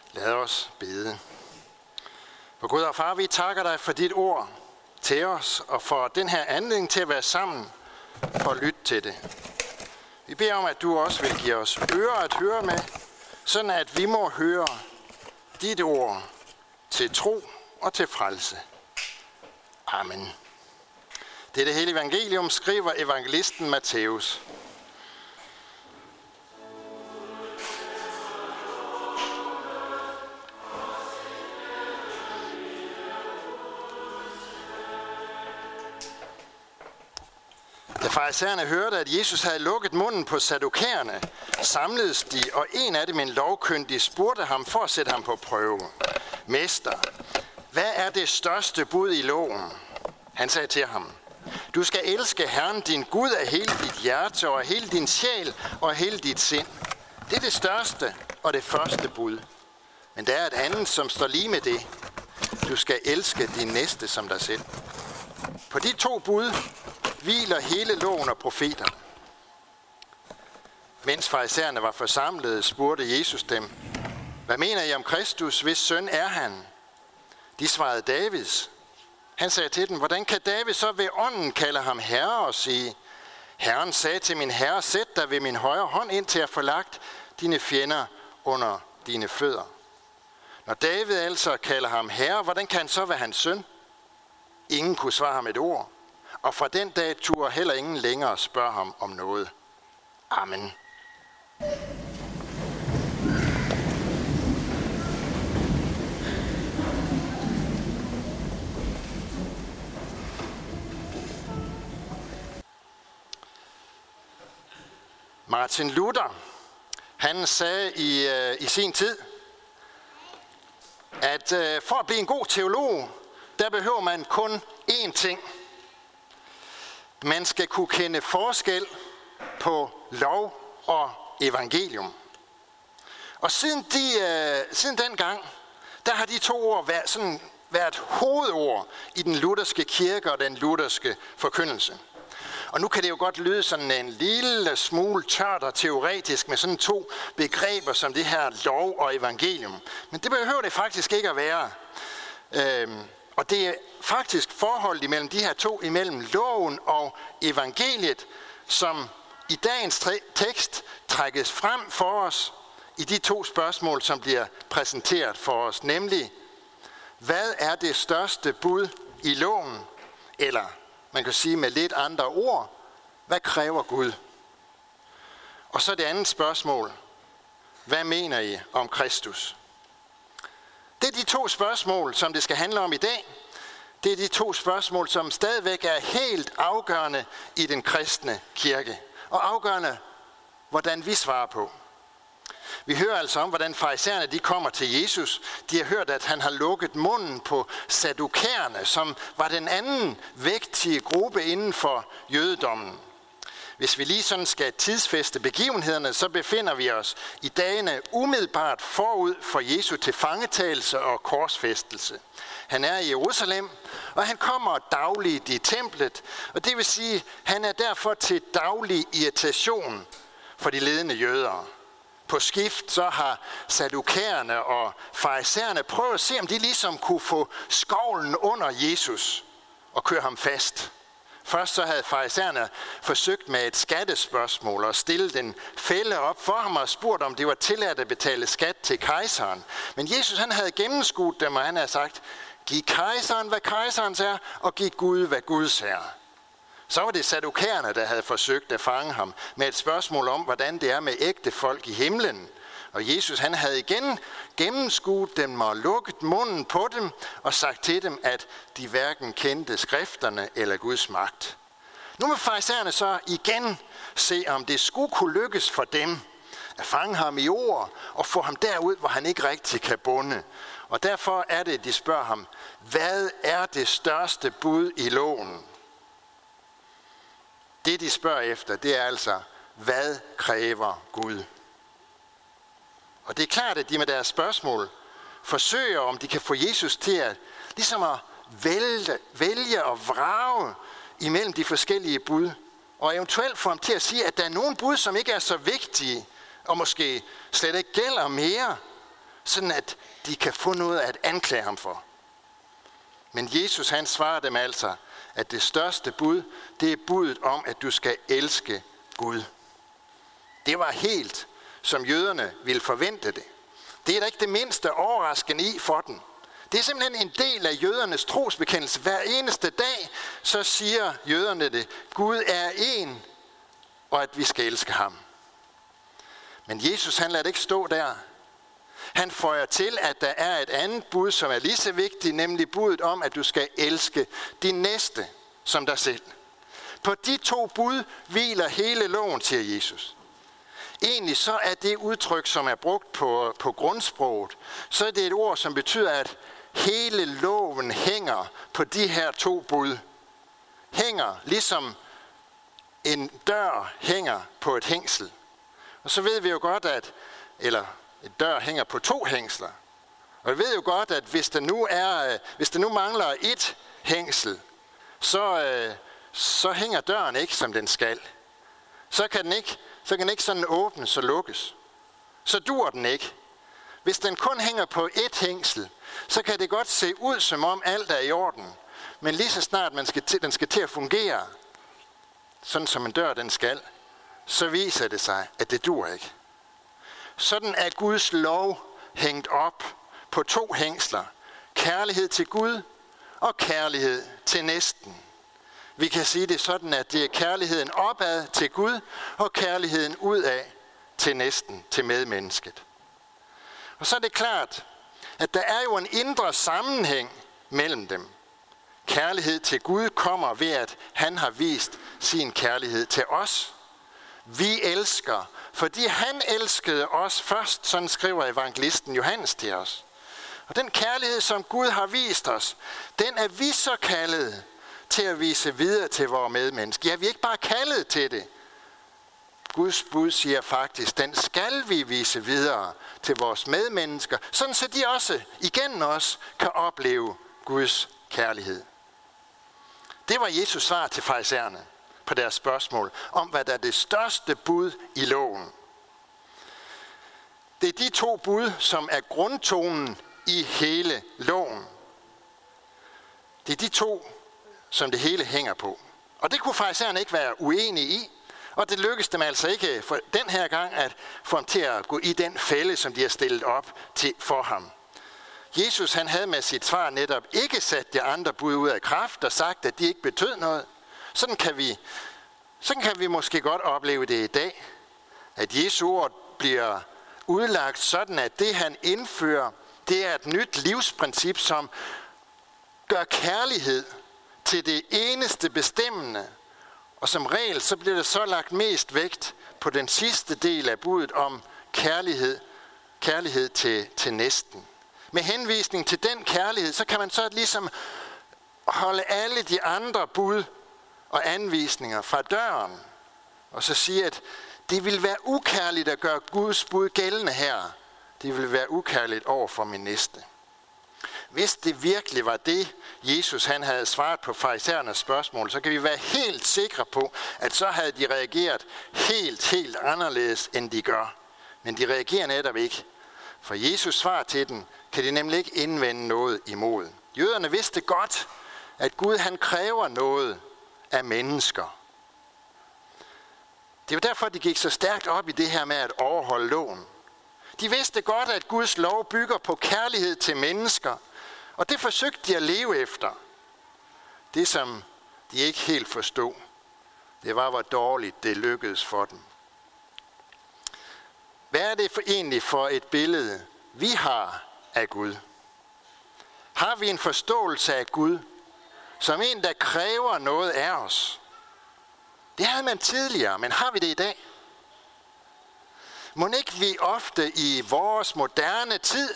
Lad os bede. For Gud og Far, vi takker dig for dit ord til os, og for den her anledning til at være sammen for at lytte til det. Vi beder om, at du også vil give os ører at høre med, sådan at vi må høre dit ord til tro og til frelse. Amen. Dette hele evangelium skriver evangelisten Matthæus. Da farisæerne hørte, at Jesus havde lukket munden på saddukæerne, samledes de, og en af dem, en lovkyndig, spurgte ham for at sætte ham på prøve. Mester, hvad er det største bud i loven? Han sagde til ham, du skal elske Herren din Gud af hele dit hjerte og af hele din sjæl og af hele dit sind. Det er det største og det første bud. Men der er et andet, som står lige med det. Du skal elske din næste som dig selv. På de to bud hviler hele loven og profeterne. Mens farisæerne var forsamlet, spurgte Jesus dem, hvad mener I om Kristus, hvis søn er han? De svarede Davids. Han sagde til dem, hvordan kan David så ved ånden kalde ham herre og sige, Herren sagde til min herre, sæt dig ved min højre hånd, indtil jeg får lagt dine fjender under dine fødder. Når David altså kalder ham herre, hvordan kan han så være hans søn? Ingen kunne svare ham et ord, og fra den dag turde heller ingen længere spørge ham om noget. Amen. Martin Luther, han sagde i sin tid, at for at blive en god teolog, der behøver man kun én ting. Man skal kunne kende forskel på lov og evangelium. Og siden dengang, der har de to ord været hovedord i den lutherske kirke og den lutherske forkyndelse. Og nu kan det jo godt lyde sådan en lille smule tørt og teoretisk med sådan to begreber som det her lov og evangelium. Men det behøver det faktisk ikke at være. Og det er faktisk forholdet imellem de her to, imellem loven og evangeliet, som i dagens tekst trækkes frem for os i de to spørgsmål, som bliver præsenteret for os. Nemlig, hvad er det største bud i loven? Eller man kan sige med lidt andre ord, hvad kræver Gud? Og så det andet spørgsmål, hvad mener I om Kristus? Det er de to spørgsmål, som det skal handle om i dag. Det er de to spørgsmål, som stadigvæk er helt afgørende i den kristne kirke. Og afgørende, hvordan vi svarer på. Vi hører altså om, hvordan farisæerne de kommer til Jesus. De har hørt, at han har lukket munden på saddukæerne, som var den anden vægtige gruppe inden for jødedommen. Hvis vi lige sådan skal tidsfæste begivenhederne, så befinder vi os i dagene umiddelbart forud for Jesu tilfangetagelse og korsfæstelse. Han er i Jerusalem, og han kommer dagligt i templet, og det vil sige, han er derfor til daglig irritation for de ledende jøder. På skift så har saddukæerne og farisæerne prøvet at se, om de ligesom kunne få skovlen under Jesus og køre ham fast. Først så havde farisæerne forsøgt med et skattespørgsmål og stillet en fælde op for ham og spurgt, om det var tilladt at betale skat til kejseren. Men Jesus han havde gennemskuet dem, og han havde sagt, giv kejseren, hvad kejserens er, og giv Gud, hvad Guds er. Så var det saddukæerne, der havde forsøgt at fange ham med et spørgsmål om, hvordan det er med ægte folk i himlen. Og Jesus han havde igen gennemskuet dem og lukket munden på dem og sagt til dem, at de hverken kendte skrifterne eller Guds magt. Nu vil farisæerne så igen se, om det skulle kunne lykkes for dem at fange ham i ord og få ham derud, hvor han ikke rigtig kan bunde. Og derfor er det, de spørger ham, hvad er det største bud i loven? Det, de spørger efter, det er altså, hvad kræver Gud? Og det er klart, at de med deres spørgsmål forsøger, om de kan få Jesus til at, ligesom at vælge og vrage imellem de forskellige bud. Og eventuelt få ham til at sige, at der er nogle bud, som ikke er så vigtige, og måske slet ikke gælder mere, sådan at de kan få noget at anklage ham for. Men Jesus han svarer dem altså, at det største bud, det er budet om, at du skal elske Gud. Det var helt, som jøderne ville forvente det. Det er der ikke det mindste overraskende i for dem. Det er simpelthen en del af jødernes trosbekendelse. Hver eneste dag, så siger jøderne det. Gud er en, og at vi skal elske ham. Men Jesus han lader det ikke stå der. Han føjer til, at der er et andet bud, som er lige så vigtigt, nemlig budet om, at du skal elske din næste som dig selv. På de 2 bud hviler hele loven, siger Jesus. Egentlig så er det udtryk, som er brugt på grundsproget, så er det et ord, som betyder, at hele loven hænger på de her 2 bud. Hænger ligesom en dør hænger på et hængsel. Og så ved vi jo godt, at et dør hænger på 2 hængsler. Og vi ved jo godt, at hvis der nu mangler et hængsel, så hænger døren ikke, som den skal. Så kan den ikke sådan åbnes og lukkes. Så dur den ikke. Hvis den kun hænger på et hængsel, så kan det godt se ud, som om alt er i orden. Men lige så snart den skal til at fungere, sådan som en dør den skal, så viser det sig, at det dur ikke. Sådan er Guds lov hængt op på 2 hængsler. Kærlighed til Gud og kærlighed til næsten. Vi kan sige det sådan, at det er kærligheden opad til Gud og kærligheden udad til næsten, til medmennesket. Og så er det klart, at der er jo en indre sammenhæng mellem dem. Kærlighed til Gud kommer ved, at han har vist sin kærlighed til os. Vi elsker, fordi han elskede os først, sådan skriver evangelisten Johannes til os. Og den kærlighed, som Gud har vist os, den er vi så kaldet til at vise videre til vores medmennesker. Ja, vi er ikke bare kaldet til det. Guds bud siger faktisk, den skal vi vise videre til vores medmennesker, sådan så de også igennem os kan opleve Guds kærlighed. Det var Jesus svar til farisæerne på deres spørgsmål om, hvad der er det største bud i loven. Det er de 2 bud, som er grundtonen i hele loven. Det er de 2, som det hele hænger på. Og det kunne farisæerne ikke være uenige i. Og det lykkedes dem altså ikke for den her gang at få ham til at gå i den fælde, som de har stillet op for ham. Jesus han havde med sit svar netop ikke sat de andre bud ud af kraft og sagt, at de ikke betød noget. Sådan kan vi måske godt opleve det i dag, at Jesu ord bliver udlagt sådan, at det han indfører, det er et nyt livsprincip, som gør kærlighed til det eneste bestemmende. Og som regel, så bliver der så lagt mest vægt på den sidste del af budet om kærlighed til næsten. Med henvisning til den kærlighed, så kan man så ligesom holde alle de andre bud og anvisninger fra døren. Og så sige, at det vil være ukærligt at gøre Guds bud gældende her. Det vil være ukærligt over for min næste. Hvis det virkelig var det, Jesus han havde svaret på farisæernes spørgsmål, så kan vi være helt sikre på, at så havde de reageret helt anderledes, end de gør. Men de reagerer netop ikke. For Jesus svar til dem, kan de nemlig ikke indvende noget imod. Jøderne vidste godt, at Gud han kræver noget af mennesker. Det er jo derfor, de gik så stærkt op i det her med at overholde loven. De vidste godt, at Guds lov bygger på kærlighed til mennesker, og det forsøgte de at leve efter. Det, som de ikke helt forstod, det var, hvor dårligt det lykkedes for dem. Hvad er det egentlig for et billede, vi har af Gud? Har vi en forståelse af Gud, som en, der kræver noget af os? Det havde man tidligere, men har vi det i dag? Må ikke vi ofte i vores moderne tid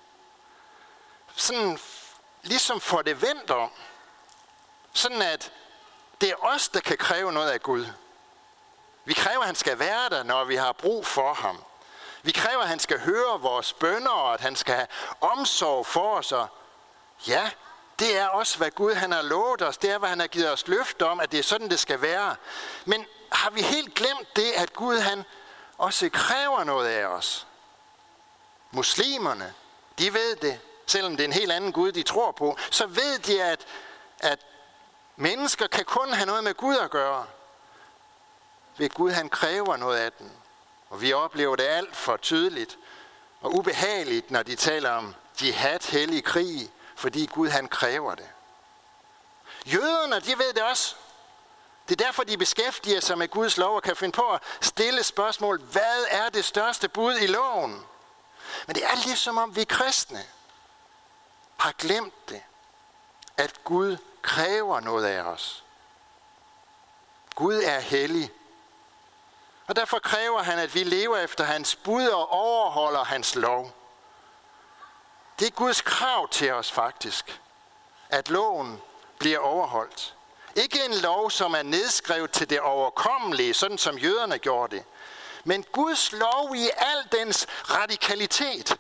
sådan ligesom får det vendt om, sådan at det er os, der kan kræve noget af Gud. Vi kræver, at han skal være der, når vi har brug for ham. Vi kræver, at han skal høre vores bønner, og at han skal have omsorg for os. Og ja, det er også, hvad Gud han har lovet os. Det er, hvad han har givet os løfte om, at det er sådan, det skal være. Men har vi helt glemt det, at Gud han også kræver noget af os? Muslimerne, De ved det, selvom det er en helt anden Gud, de tror på. Så ved de, at mennesker kan kun have noget med Gud at gøre. Ved Gud, han kræver noget af den. Og vi oplever det alt for tydeligt og ubehageligt, når de taler om jihad, hellig krig, fordi Gud, han kræver det. Jøderne, de ved det også. Det er derfor, de beskæftiger sig med Guds lov og kan finde på at stille spørgsmål. Hvad er det største bud i loven? Men det er ligesom om vi kristne har glemt det. At Gud kræver noget af os. Gud er hellig. Og derfor kræver han, at vi lever efter hans bud og overholder hans lov. Det er Guds krav til os faktisk. At loven bliver overholdt. Ikke en lov, som er nedskrevet til det overkommelige, sådan som jøderne gjorde det. Men Guds lov i al dens radikalitet.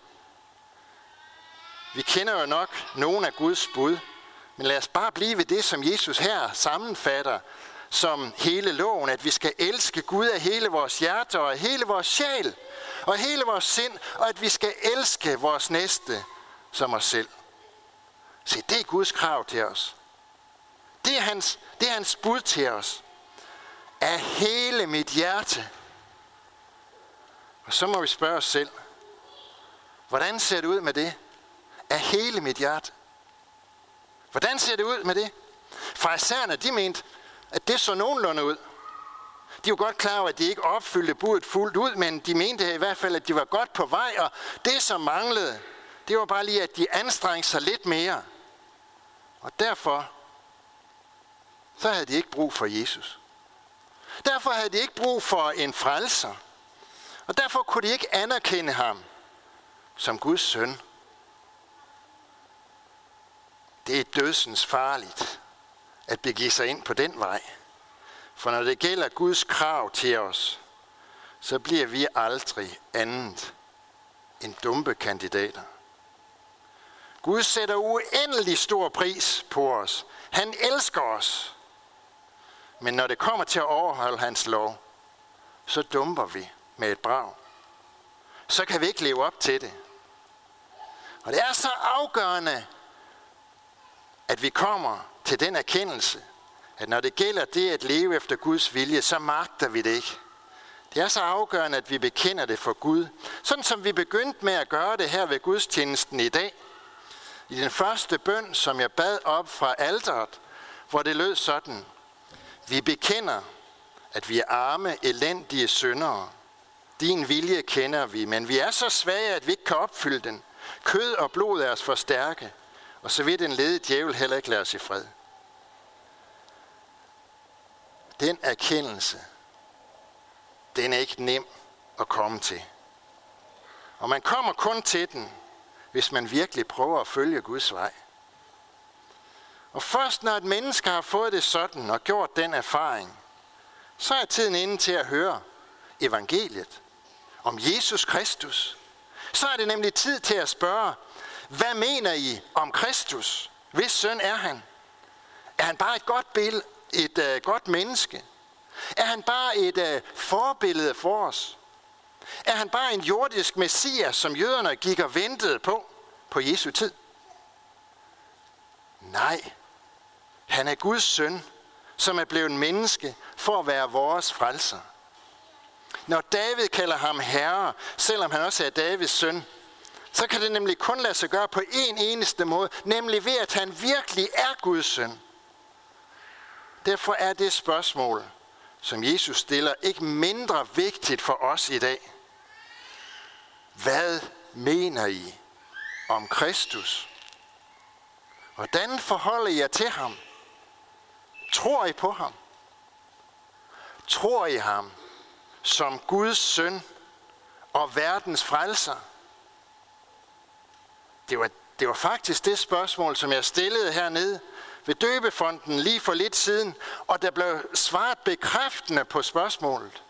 Vi kender jo nok nogle af Guds bud. Men lad os bare blive ved det, som Jesus her sammenfatter som hele loven. At vi skal elske Gud af hele vores hjerte og af hele vores sjæl og hele vores sind. Og at vi skal elske vores næste som os selv. Se, det er Guds krav til os. Det er hans bud til os. Af hele mit hjerte. Og så må vi spørge os selv. Hvordan ser det ud med det? Af hele mit hjerte. Hvordan ser det ud med det? Farisæerne, de mente, at det så nogenlunde ud. De var godt klar over, at de ikke opfyldte budet fuldt ud, men de mente i hvert fald, at de var godt på vej, og det, som manglede, det var bare lige, at de anstrengte sig lidt mere. Og derfor, så havde de ikke brug for Jesus. Derfor havde de ikke brug for en frelser. Og derfor kunne de ikke anerkende ham som Guds søn. Det er dødsens farligt at begive sig ind på den vej. For når det gælder Guds krav til os, så bliver vi aldrig andet end dumpe kandidater. Gud sætter uendelig stor pris på os. Han elsker os. Men når det kommer til at overholde hans lov, så dumper vi med et brag. Så kan vi ikke leve op til det. Og det er så afgørende, at vi kommer til den erkendelse, at når det gælder det at leve efter Guds vilje, så magter vi det ikke. Det er så afgørende, at vi bekender det for Gud. Sådan som vi begyndte med at gøre det her ved gudstjenesten i dag. I den første bøn, som jeg bad op fra alteret, hvor det lød sådan. Vi bekender, at vi er arme, elendige syndere. Din vilje kender vi, men vi er så svage, at vi ikke kan opfylde den. Kød og blod er os for stærke, og så vil den lede djævel heller ikke lade os i fred. Den erkendelse, den er ikke nem at komme til. Og man kommer kun til den, hvis man virkelig prøver at følge Guds vej. Og først når et menneske har fået det sådan og gjort den erfaring, så er tiden inde til at høre evangeliet om Jesus Kristus. Så er det nemlig tid til at spørge, hvad mener I om Kristus? Hvis søn er han? Er han bare et godt billede, et godt menneske? Er han bare et forbillede for os? Er han bare en jordisk messias, som jøderne gik og ventede på Jesu tid? Nej, han er Guds søn, som er blevet menneske for at være vores frelser. Når David kalder ham herre, selvom han også er Davids søn, så kan det nemlig kun lade sig gøre på en eneste måde, nemlig ved at han virkelig er Guds søn. Derfor er det spørgsmål, som Jesus stiller, ikke mindre vigtigt for os i dag. Hvad mener I om Kristus? Hvordan forholder I jer til ham? Tror I på ham? Tror I ham som Guds søn og verdens frelser? Det var faktisk det spørgsmål, som jeg stillede hernede ved døbefonden lige for lidt siden, og der blev svaret bekræftende på spørgsmålet.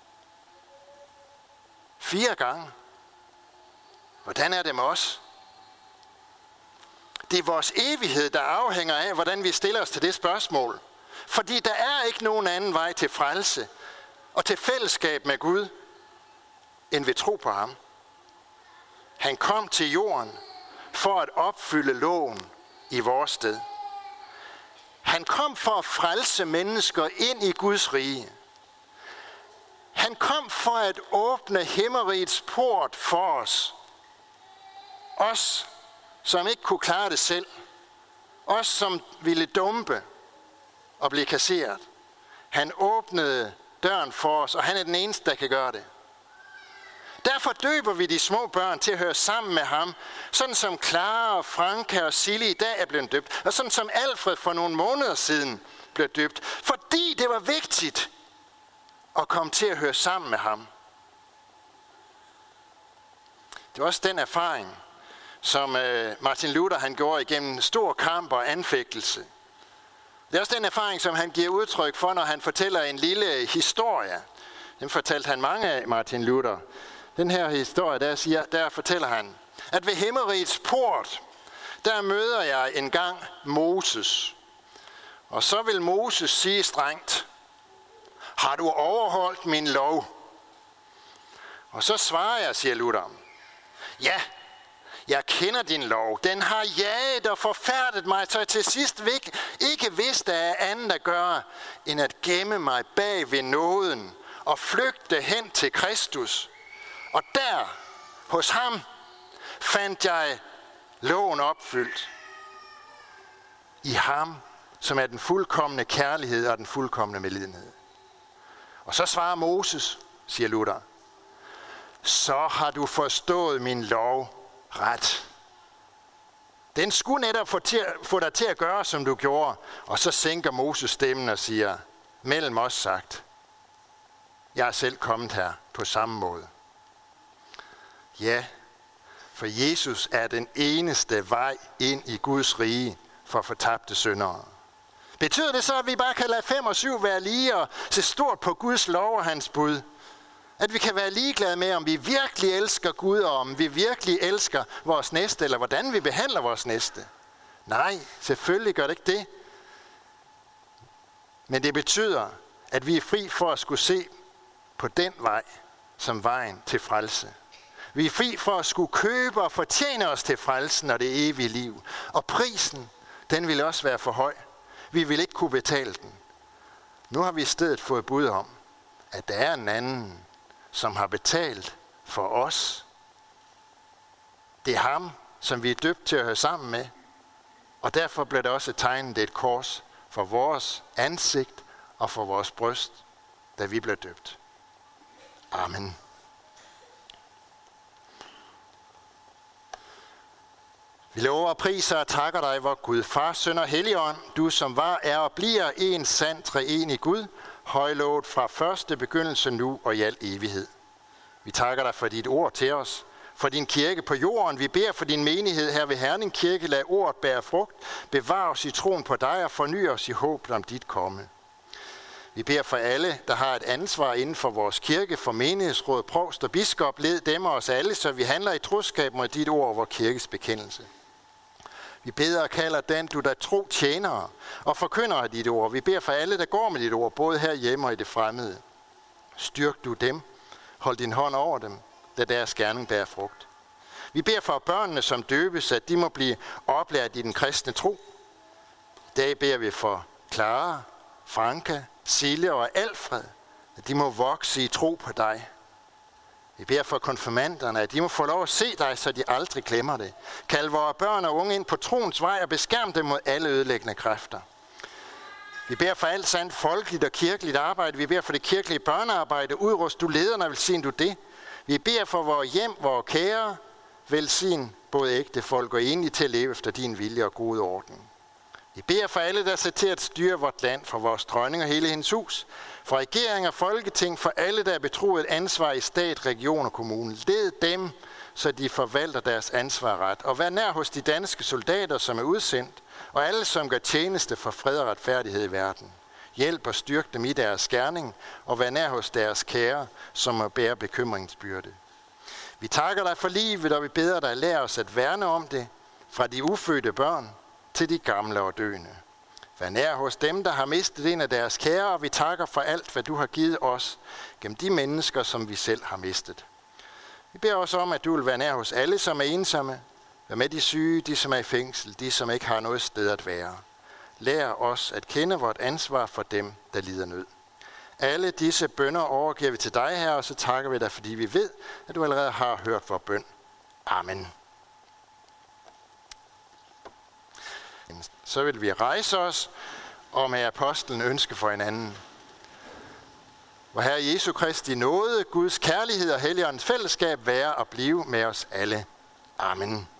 4 gange. Hvordan er det med os? Det er vores evighed, der afhænger af, hvordan vi stiller os til det spørgsmål. Fordi der er ikke nogen anden vej til frelse og til fællesskab med Gud, end ved tro på ham. Han kom til jorden for at opfylde loven i vores sted. Han kom for at frelse mennesker ind i Guds rige. Han kom for at åbne himmerigets port for os. Os, som ikke kunne klare det selv. Os, som ville dumpe og blive kasseret. Han åbnede døren for os, og han er den eneste, der kan gøre det. Derfor døber vi de små børn til at høre sammen med ham, sådan som Clara og Franka og Silje i dag er blevet døbt, og sådan som Alfred for nogle måneder siden blev døbt, fordi det var vigtigt at komme til at høre sammen med ham. Det var også den erfaring, som Martin Luther han gjorde igennem stor kamp og anfægtelse. Det er også den erfaring, som han giver udtryk for, når han fortæller en lille historie. Den fortalte han mange af, Martin Luther. Den her historie, der fortæller han, at ved himmerigets port, der møder jeg engang Moses. Og så vil Moses sige strengt, har du overholdt min lov? Og så svarer jeg, siger Luther, ja, jeg kender din lov. Den har jaget og forfærdet mig, så jeg til sidst ikke vidste af andet at gøre, end at gemme mig bag ved nåden og flygte hen til Kristus. Og der, hos ham, fandt jeg loven opfyldt. I ham, som er den fuldkomne kærlighed og den fuldkomne medlidenhed. Og så svarer Moses, siger Luther, så har du forstået min lov ret. Den skulle netop få dig til at gøre, som du gjorde. Og så sænker Moses stemmen og siger, mellem os sagt, jeg er selv kommet her på samme måde. Ja, for Jesus er den eneste vej ind i Guds rige for fortabte syndere. Betyder det så, at vi bare kan lade 5 og 7 være lige og se stort på Guds lov og hans bud? At vi kan være ligeglade med, om vi virkelig elsker Gud, og om vi virkelig elsker vores næste, eller hvordan vi behandler vores næste? Nej, selvfølgelig gør det ikke det. Men det betyder, at vi er fri for at skulle se på den vej som vejen til frelse. Vi er fri for at skulle købe og fortjene os til frelsen og det evige liv. Og prisen, den vil også være for høj. Vi vil ikke kunne betale den. Nu har vi i stedet fået bud om, at der er en anden, som har betalt for os. Det er ham, som vi er døbt til at høre sammen med. Og derfor bliver der også tegnet et kors for vores ansigt og for vores bryst, da vi blev døbt. Amen. Vi lover og priser og takker dig, vor Gud, Far, Søn og Helligånd, du som var, er og bliver en sand treenig Gud, højlovet fra første begyndelse nu og i al evighed. Vi takker dig for dit ord til os, for din kirke på jorden. Vi beder for din menighed her ved Herning Kirke. Lad ordet bære frugt. Bevar os i troen på dig og forny os i håbet om dit komme. Vi beder for alle, der har et ansvar inden for vores kirke, for menighedsråd, provst og biskop. Led dem og os alle, så vi handler i troskab mod dit ord og vor kirkes bekendelse. Vi beder og kalder den, du der tro tjenere og forkynder af dit ord. Vi beder for alle, der går med dit ord, både herhjemme og i det fremmede. Styrk du dem. Hold din hånd over dem, da deres gerning bærer frugt. Vi beder for børnene, som døbes, at de må blive oplært i den kristne tro. I dag beder vi for Clara, Franka, Silje og Alfred, at de må vokse i tro på dig. Vi beder for konfirmanderne, at de må få lov at se dig, så de aldrig glemmer det. Kald vores børn og unge ind på troens vej og beskærm dem mod alle ødelæggende kræfter. Vi beder for alt sandt folkeligt og kirkeligt arbejde. Vi beder for det kirkelige børnearbejde. Udrust du lederne, velsign du det. Vi beder for vores hjem, vores kære. Velsign både ægte folk og enlige til at leve efter din vilje og gode orden. Vi beder for alle, der sætter til at styre vort land, for vores dronning og hele hendes hus, for regering og folketing, for alle, der er betroet et ansvar i stat, region og kommune. Led dem, så de forvalter deres ansvar ret. Og vær nær hos de danske soldater, som er udsendt, og alle, som gør tjeneste for fred og retfærdighed i verden. Hjælp og styrk dem i deres gerning, og vær nær hos deres kære, som må bære bekymringsbyrde. Vi takker dig for livet, og vi beder dig, lær os at værne om det, fra de ufødte børn til de gamle og døende. Vær nær hos dem, der har mistet en af deres kære, og vi takker for alt, hvad du har givet os, gennem de mennesker, som vi selv har mistet. Vi beder også om, at du vil være nær hos alle, som er ensomme. Vær med de syge, de som er i fængsel, de som ikke har noget sted at være. Lær os at kende vort ansvar for dem, der lider nød. Alle disse bønner overgiver vi til dig, Herre, og så takker vi dig, fordi vi ved, at du allerede har hørt vor bøn. Amen. Så vil vi rejse os og med apostlen ønske for hinanden. Vor Herre Jesu Kristi nåde, Guds kærlighed og Helligåndens fællesskab være og blive med os alle. Amen.